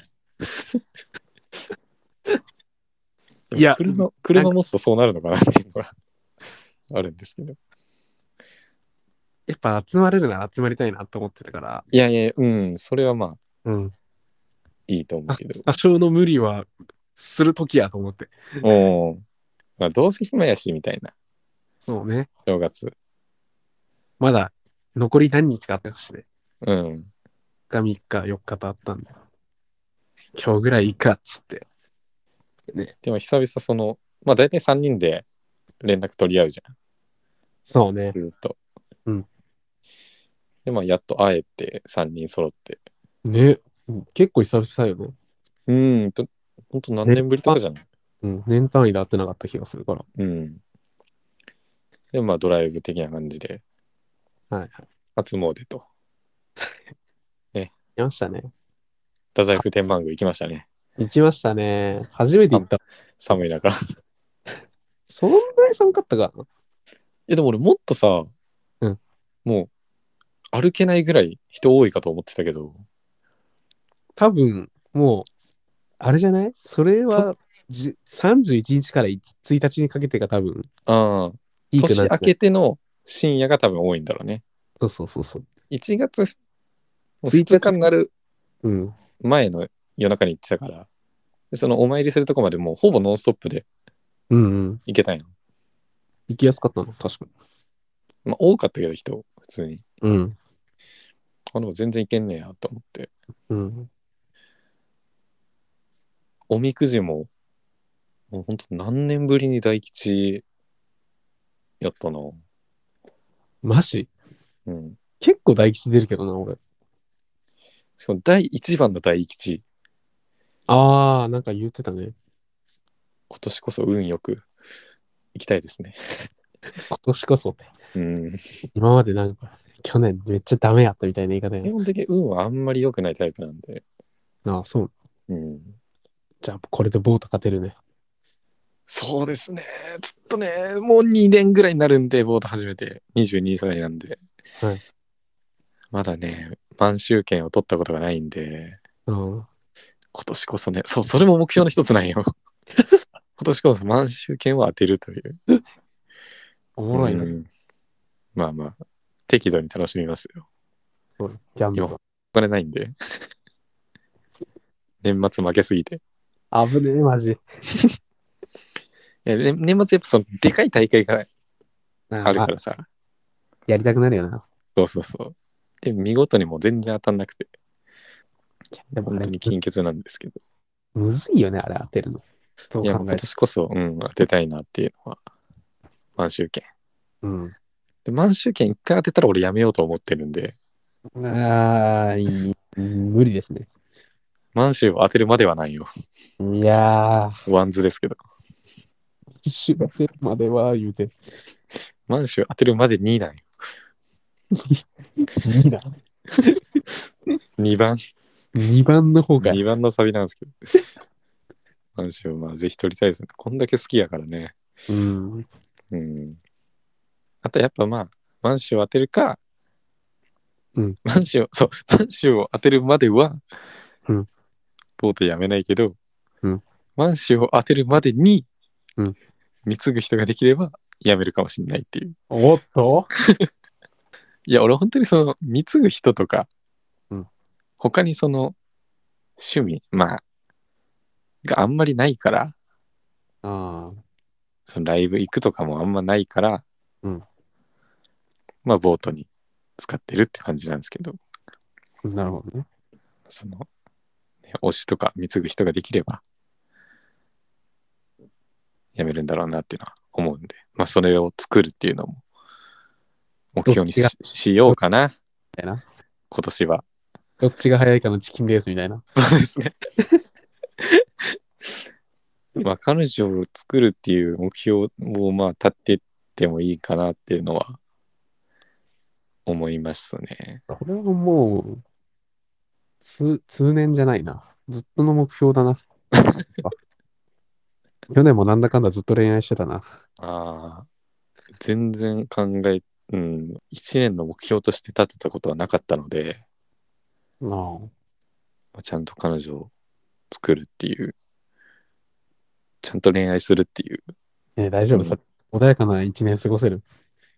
でもいや、 車、 なんか、 車持つとそうなるのかなっていうのがあるんですけど。 やっぱ集まれるなら集まりたいなと思ってたから、 いやいや、うん、それはまあうん。 いいと思うあ、 けど。 多少の無理はするときやと思って。 おー、まあどうせ暇やしみたいな。 そうね。 正月。 まだ残り何日かあったとして。 うん。 がみっか、よっかとあったんだ。今日ぐらいいいかっつって。ね。 でも久々その、まあ大体さんにんで連絡取り合うじゃん。 そうね。 ずっと。 うん。 で、まあやっと会えてさんにん揃って。 ね。結構久々よね。 うーんと、ほんと何年年ぶりと単かじゃない。 うん、年単位で会ってなかった気がするから。 うん。で、まあドライブ的な感じで、 はいはい。 初詣と。ね。 来ましたね。 太宰府天満宮行きましたね。 行きましたね。初めて行っ寒た。 寒い中。いそんなに寒かったかな。 やでも俺もっとさ、 うん。 もう歩けないぐらい人多いかと思ってたけど。 多分、もう、 あれじゃない？それはじさんじゅういちにちからついたちにかけてが多分ああ、 ピークなんじゃない？ 年明けての深夜が多分多いんだろうね。 そうそうそうそう。 いちがつふ 1 ふつか日、 になるうん。 前の夜中に行ってたから、でそのお参りするとこまでもうほぼノンストップでうんうん。 行けたんよ。 行きやすかったの、確かに。 まあ多かったけど人、普通に。 うん。 あ、でも全然行けんねやと思って。 うん。 おみくじも、もうほんと何年ぶりに大吉やったな。 マジうん。 結構大吉出るけどな、俺。 しかも第一番の大吉。 ああ、なんか言ってたね。 今年こそ運よく行きたいですね。 今年こそ。 うん。 今までなんか、去年めっちゃダメやったみたいな言い方や。 基本的に運はあんまり良くないタイプなんで。 ああ、そう。 うん。 じゃあ、これでボート勝てるね。 そうですね。ちょっとね、もうにねんぐらいになるんで、ボート始めて。にじゅうにさいなんで。 はい。 まだね、満州券を取ったことがないんで、 うん。 今年こそね、そう、それも目標の一つなんよ。今年こそ満州券を当てるという。うおもろいな。 ん。まあまあ、適度に楽しみますよ。 そう、ギャンブ今、 ルは。 お金ないんで、年末負けすぎて。 危ねえ、マジ。 いや、ね、年末やっぱその、でかい大会がああ、まあ、 あるからさ。 やりたくなるよな。 そうそうそう。で、見事にもう全然当たんなくて、 でもあれ、 本当に金欠なんですけど。 むずいよね、あれ当てるの。どいや、もう今う考えて。 年こそ、うん、当てたいなっていうのは、満州券。 うん。 で、満州券一回当てたら俺やめようと思ってるんで、 ああ、いい。無理ですね。 満州を当てるまではないよ。 いやー、 ワンズですけど。 一周出るまでは言うて。 満州当てるまでになんよ。 にだ。 にばん。 にばんの方か。 にばんのサビなんですけど。満州まあぜひ取りたいですね。こんだけ好きやからね。 うん。 うん。あとやっぱまあ、満州を当てるか、 うん。 満州を、そう、満州を当てるまでは、 うん。 ボートやめないけど、 うん。 満州を当てるまでに、 うん。 貢ぐ人ができれば、やめるかもしれないっていう。 おっと。 いや、俺本当にその、貢ぐ人とか、 うん。 他にその、趣味、まあ、があんまりないから、 ああ。 そのライブ行くとかもあんまないから、 うん。 まあ、ボートに使ってるって感じなんですけど、 なるほどね。 その、ね、推しとか貢ぐ人ができれば、やめるんだろうなっていうのは思うんで、まあ、それを作るっていうのも、目標にどっちが、 ししよどっちうかな、 みたいな。 今年は。 どっちが早いかのチキンレースみたいな。 そうですね。まあ、彼女を作るっていう目標を、まあ、立ってってもいいかなっていうのは思いますね。 これはもう、通、通年じゃないな。ずっとの目標だな。あ、去年もなんだかんだずっと恋愛してたな。 ああ、全然考え、うん、一年の目標として立てたことはなかったので、 ああ。 まあ、ちゃんと彼女を作るっていう、ちゃんと恋愛するっていう。 えー大丈夫、そうん、 れ？穏やかな一年過ごせる？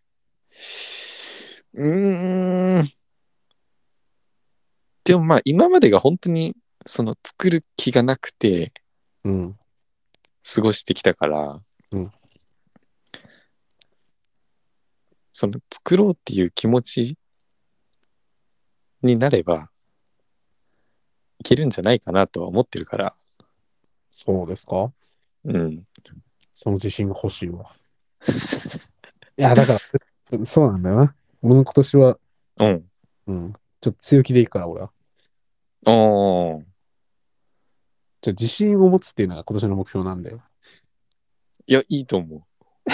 うーん。でもまあ今までが本当にその作る気がなくてうん。 過ごしてきたから、 うん。 その作ろうっていう気持ちになればいけるんじゃないかなとは思ってるから、 そうですか？ うん。 その自信が欲しいわ。いや、だから、そうなんだよな。俺も今年は、 うん。 うん。ちょっと強気でいくから、俺は。 おー。 ちょっと自信を持つっていうのが今年の目標なんで。 いや、いいと思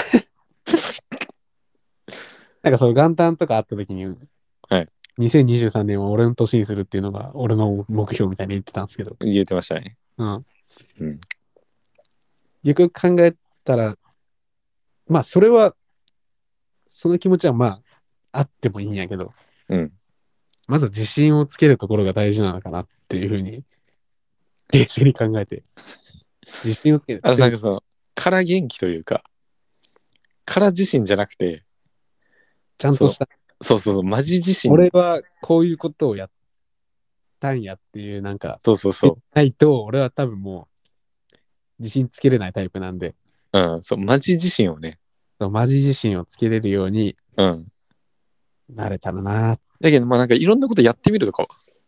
なんかその元旦とかあった時に、 う。はい。 にせんにじゅうさんねんは俺の年にするっていうのが俺の目標みたいに言ってたんですけど。 言ってましたね。 うん。 うん。 よくよく考えたら、まあそれは、その気持ちはまあ、あってもいいんやけど、 うん。 まずは自信をつけるところが大事なのかなっていうふうに冷静に考えて。自信をつける。 あのなんかその、から元気というか、から自信じゃなくて、 ちゃんとした。 そうそうそう、マジ自信。 俺はこういうことをやったんやっていう、なんか、 そうそうそないと、俺は多分もう、自信つけれないタイプなんで、 う。うん、そう、マジ自信をね。 そうマジ自信をつけれるようにうん。 なれたらな。 だけど、まあなんかいろんなことやってみるとかは。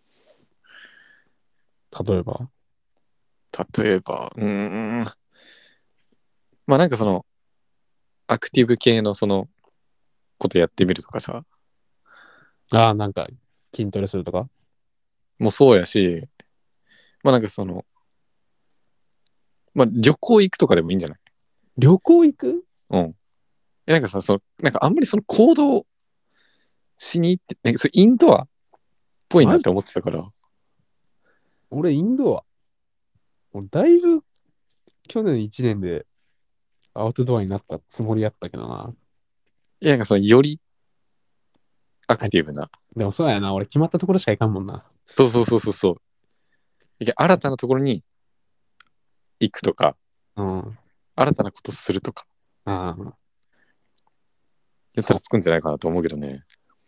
例えば。 例えば、うーん。まあなんかその、アクティブ系のその、ことやってみるとかさ。 ああ、なんか、筋トレするとか。 もうそうやし、まあなんかその、まあ旅行行くとかでもいいんじゃない？ 旅行行く？ うん。えなんかさ、その、なんかあんまりその行動しに行って、なんかそれインドアっぽいなマジ？ って思ってたから。 俺、インドア。俺だいぶ去年いちねんでアウトドアになったつもりやったけどな。 いや、なんかその、よりアあ、 クティブな。 でもそうやな。俺決まったところしか行かんもんな。 そうそうそうそうそう。いや新たなところに行くとか、 うん。 新たなことするとか、 ああ、 やったそう。 らつくんじゃないかなと思うけどね。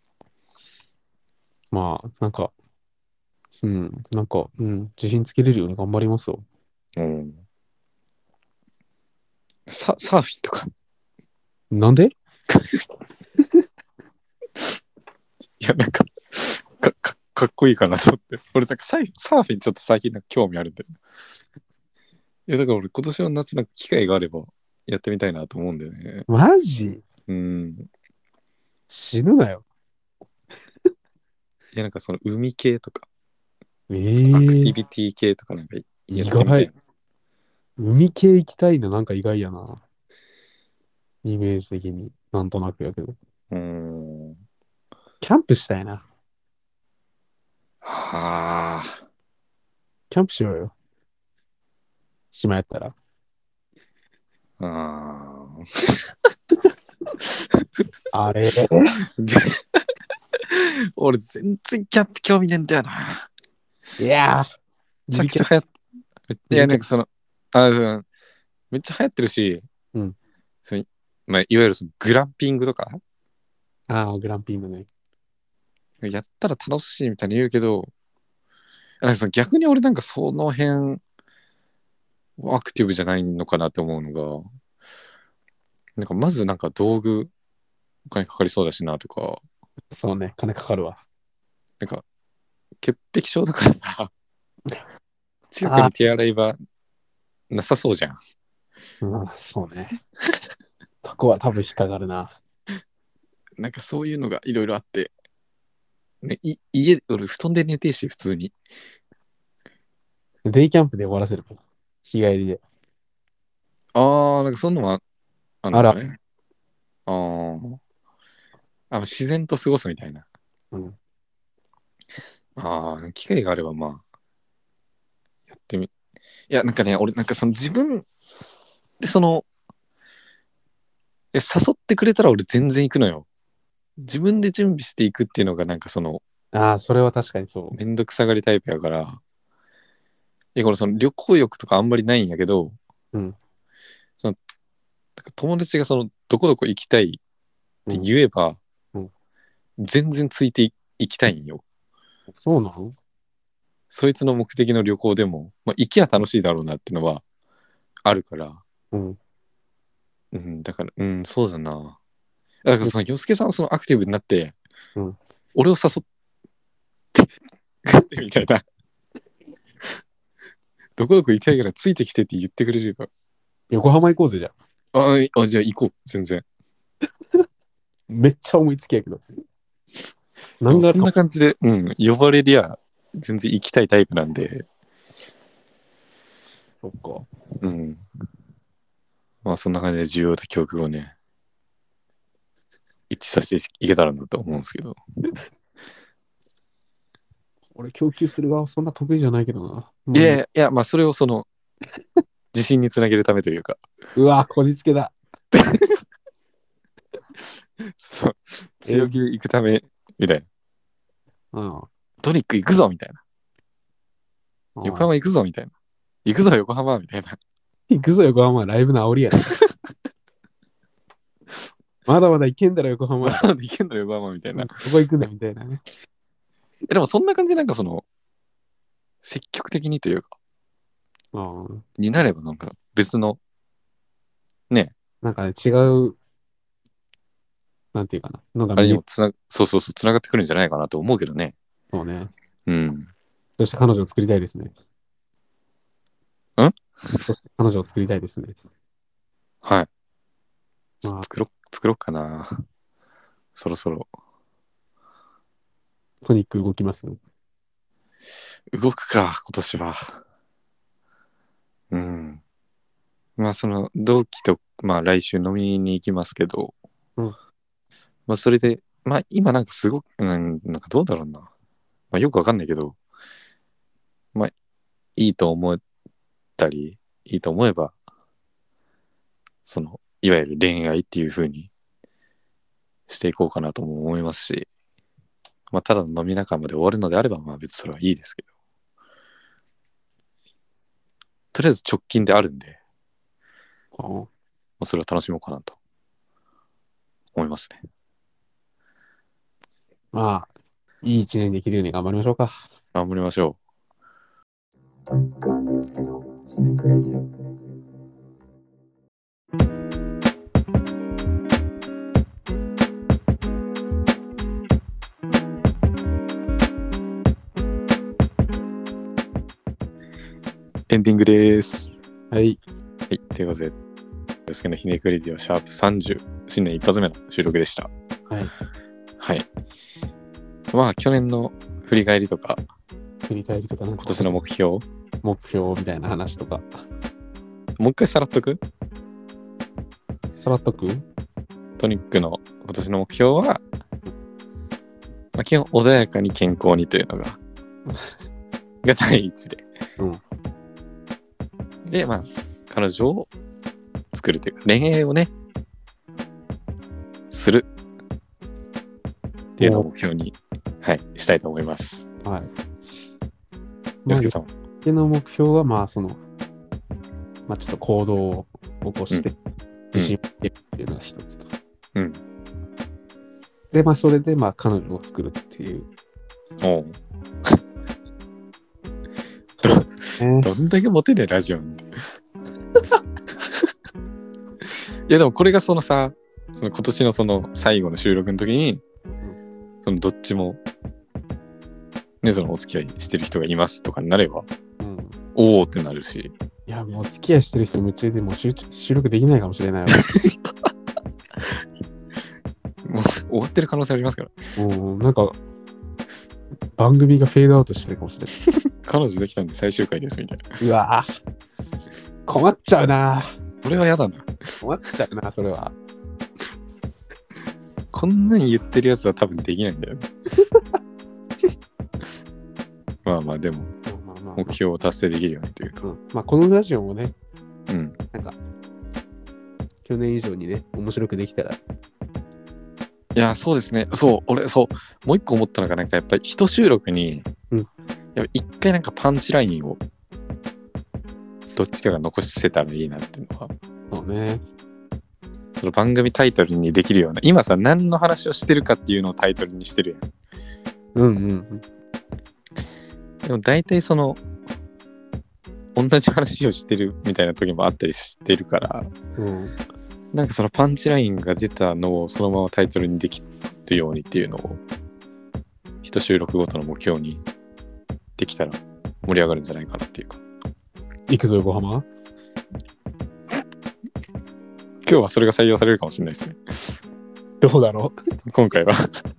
まあ、なんか、うん、なんか、うん、自信つけれるように頑張りますよ。 うん。ササーフィンとか。 なんで？ いや、なんか、か、かかっこいいかなと思って。俺、なんかサイサーフィンちょっと最近なんか興味あるんだよね。いや、だから俺今年の夏なんか機会があればやってみたいなと思うんだよね。 マジ？ うん。 死ぬなよ。 いや、なんかその海系とか、 えアクティえー、 ビティ系とかなんかや意外。 ってみたいな。 海系行きたいのなんか意外やな。イメージ的に。なんとなくやけど。 うーん。 キャンプしたいな。 はあ。 キャンプしようよ。暇やったら。 あーあれ？ 俺全然キャンプ興味ねえんだよな。 いやー、 めちゃゆるキャン、 くちゃ流行って、いや、 ゆるキャン。 なんかその、あ、そのめっちゃ流行ってるし、 うん。 そのまあ、いわゆるそのグランピングとか、 ああ、グランピングね。 やったら楽しいみたいに言うけど、なんかその逆に俺なんかその辺、アクティブじゃないのかなって思うのが、なんかまずなんか道具お金かかりそうだしなとか、 そうね、金かかるわ。 なんか潔癖症だからさ、近くあに手洗い場なさそうじゃん。 あ、うん、そうね。そこは多分引っかかるな。 なんかそういうのがいろいろあって、ね、い家、俺布団で寝てえし、普通に。 デイキャンプで終わらせるもん。日帰りで。 あー、なんかそんなのもああんあら。 のかい？あーあ、自然と過ごすみたいな。 うん。 ああ、機会があればまあ、やってみ。いや、なんかね、俺なんかその自分でその、え誘ってくれたら俺全然行くのよ。自分で準備していくっていうのがなんかその、 ああ、それは確かにそめんどくさがりタイプやから、いや、これその旅行欲とかあんまりないんやけど、 う。うん。 その、なんか友達がその、どこどこ行きたいってうん。 言えば、 うん。 全然ついてい行きたいんよ。 そうなの？ そいつの目的の旅行でも、まあ、行きゃ楽しいだろうなっていうのはあるから、 うん。 うん、だから、うん、そうだな。だからその、洋介さんはそのアクティブになって、 うん。 俺を誘ってみたいな。どこどこ行きたいからついてきてって言ってくれれば。 横浜行こうぜ、じゃあ。 ああ、じゃあ行こう、全然。 めっちゃ思いつきやけど。なんがあるかも。 でもそんな感じで、うん、呼ばれりゃ全然行きたいタイプなんで、 そっか。 うん。まあそんな感じで需要と供給をね、一致させていけたらなと思うんですけど。 俺、供給する側はそんな得意じゃないけどな。 いもういいよ。 やいやいや、まあそれをその、自信につなげるためというか、 うわ、こじつけだ。 そう強気で行くため、みたいな。 うん。 トニック行くぞみたいな。 ああ、 横浜行くぞみたいな。 行くぞ横浜みたいな。 行くぞ横浜、ライブの煽りやね。まだまだ行けんだろ横浜。 まだ行けんだろ横浜みたいな。 どこ行くんだみたいなね。 えでもそんな感じでなんかその、積極的にというか、 ああ。 になればなんか別の、ね、 なんかね、違う、なんていうかな、のがあれ見えにもつな、そうそうそう、つながってくるんじゃないかなと思うけどね。 そうね。 うん。 そして彼女を作りたいですね。 んそして彼女を作りたいですね。 はい。 まあ、 作ろ、作ろうかな。そろそろ。 トニック動きます。 動くか、今年は。うん。まあその、同期と、まあ来週飲みに行きますけど、 うんまあそれで、まあ今なんかすごく、うん、なんかどうだろうな。まあよくわかんないけど、まあいいと思ったり、いいと思えば、その、いわゆる恋愛っていう風にしていこうかなとも思いますし、まあただの飲み仲間で終わるのであれば、まあ別にそれはいいですけど、とりあえず直近であるんで、 ああまあ、それを楽しもうかなと思いますね。 まあ、いい一年できるように頑張りましょうか。 頑張りましょトニック&ユースケのひねくレディオ。 う。エンディングです。 はい。 はい、ということで、ユースケのひねくレディオシャープさんじゅう、新年一発目の収録でした。 はい。 はい。まあ去年の振り返りとか、 振り返りとか、なんか今年の目標、 目標みたいな話とか、 もう一回さらっとくさらっとくトニックの今年の目標は、まあ、基本穏やかに健康にというのが、が第一で。 うんで、まあ、彼女を作るというか、恋愛をね、するっていうのを目標に、はい、したいと思います。 はい。 よすけさん。 僕の目標は、まあ、その、まあ、ちょっと行動を起こして、自信をつけるっていうのが一つと。 うん。 で、まあ、それで、まあ、彼女を作るっていう。 おうね、 どんだけモテねえラジオなんで。いやでもこれがそのさ、その今年のその最後の収録の時に、そのどっちも、ね、そのお付き合いしてる人がいますとかになれば、 うん、 おおってなるし。 いや、もう付き合いしてる人夢中でもう収収録できないかもしれないわ。 もう終わってる可能性ありますから。 もう、なんか、番組がフェードアウトしてるかもしれない。 彼女できたんで最終回ですみたいな。 うわぁ。困っちゃうな。 これは嫌だな。 困っちゃうな、それは。 こんなん言ってるやつは多分できないんだよね。まあまあでも、 まあまあまあ目標を達成できるようにというか。 うん、まあ、このラジオもね、 うん。 なんか、去年以上にね、面白くできたら。 いや、そうですね。そう、俺、そう、もう一個思ったのが、なんかやっぱり一収録に、 うんやっぱ一回なんかパンチラインを、どっちかが残してたらいいなっていうのは、 そうね。 その番組タイトルにできるような、今さ、何の話をしてるかっていうのをタイトルにしてるやん。 うんうんでも大体その、同じ話をしてるみたいな時もあったりしてるから、 うん。うん。 なんかそのパンチラインが出たのをそのままタイトルにできるようにっていうのを、一収録ごとの目標にできたら盛り上がるんじゃないかなっていうか。 行くぞ、横浜。 今日はそれが採用されるかもしれないですね。 どうだろ今回は。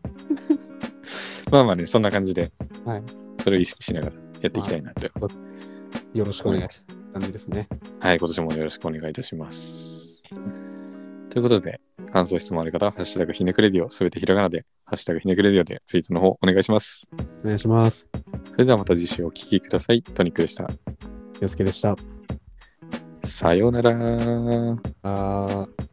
まあまあね、そんな感じで、 はいそれを意識しながらやっていきたいなって。 う。よろしくお願いします。感じですね。 はい、今年もよろしくお願いいたします。ということで、感想質問ある方は、ハッシュタグひねくレディオ、すべてひらがなで、ハッシュタグひねくレディオでツイートの方お願いします。 お願いします。 それではまた次週お聞きください。トニックでした。 よすけでした。 さようなら。 あー。